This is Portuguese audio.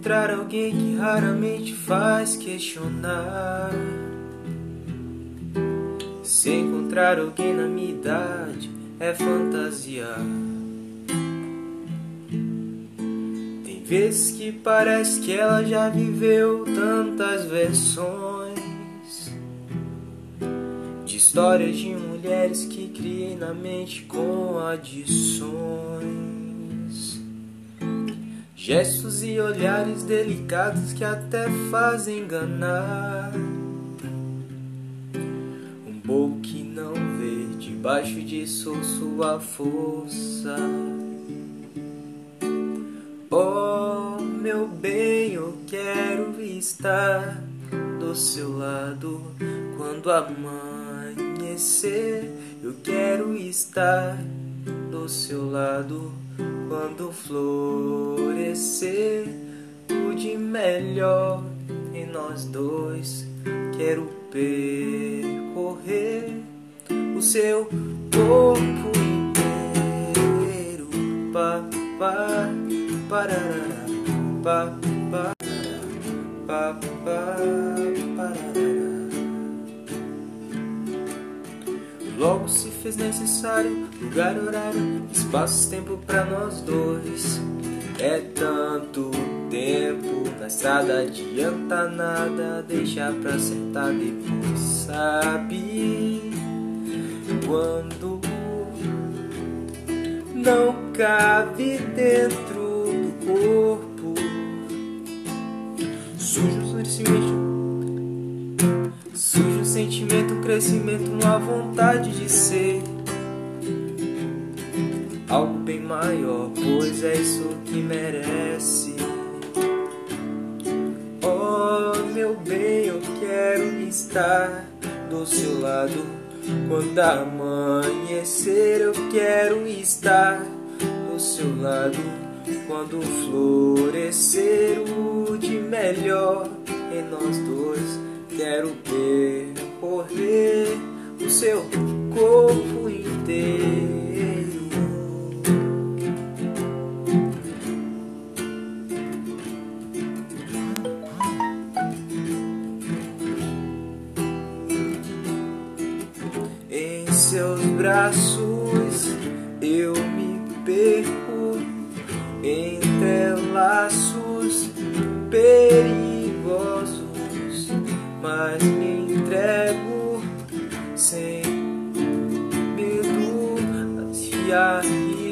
encontrar alguém que raramente faz questionar. Se encontrar alguém na minha idade é fantasiar. Tem vezes que parece que ela já viveu tantas versões de histórias de mulheres que criei na mente com adições, gestos e olhares delicados que até fazem enganar um pouco que não vê debaixo disso sua força. Oh, meu bem, eu quero estar do seu lado quando amanhecer. Eu quero estar do seu lado quando florescer. O de melhor em nós dois. Quero percorrer o seu corpo inteiro. Pa, pa, parará, pa, pa, pa, pa, parará. Logo se fez necessário lugar, horário, espaço, tempo pra nós dois. É tanto tempo na estrada, adianta nada, deixa pra acertar depois, sabe? Quando não cabe dentro do corpo, sujo um sentimento, um crescimento, uma vontade de ser algo bem maior, pois é isso que merece. Oh, meu bem, eu quero estar do seu lado quando amanhecer. Eu quero estar do seu lado quando florescer. O de melhor em nós dois. Quero percorrer o seu corpo inteiro. Em seus braços eu me perco entre laços perigosos, mas me entrego sem medo de arriscar.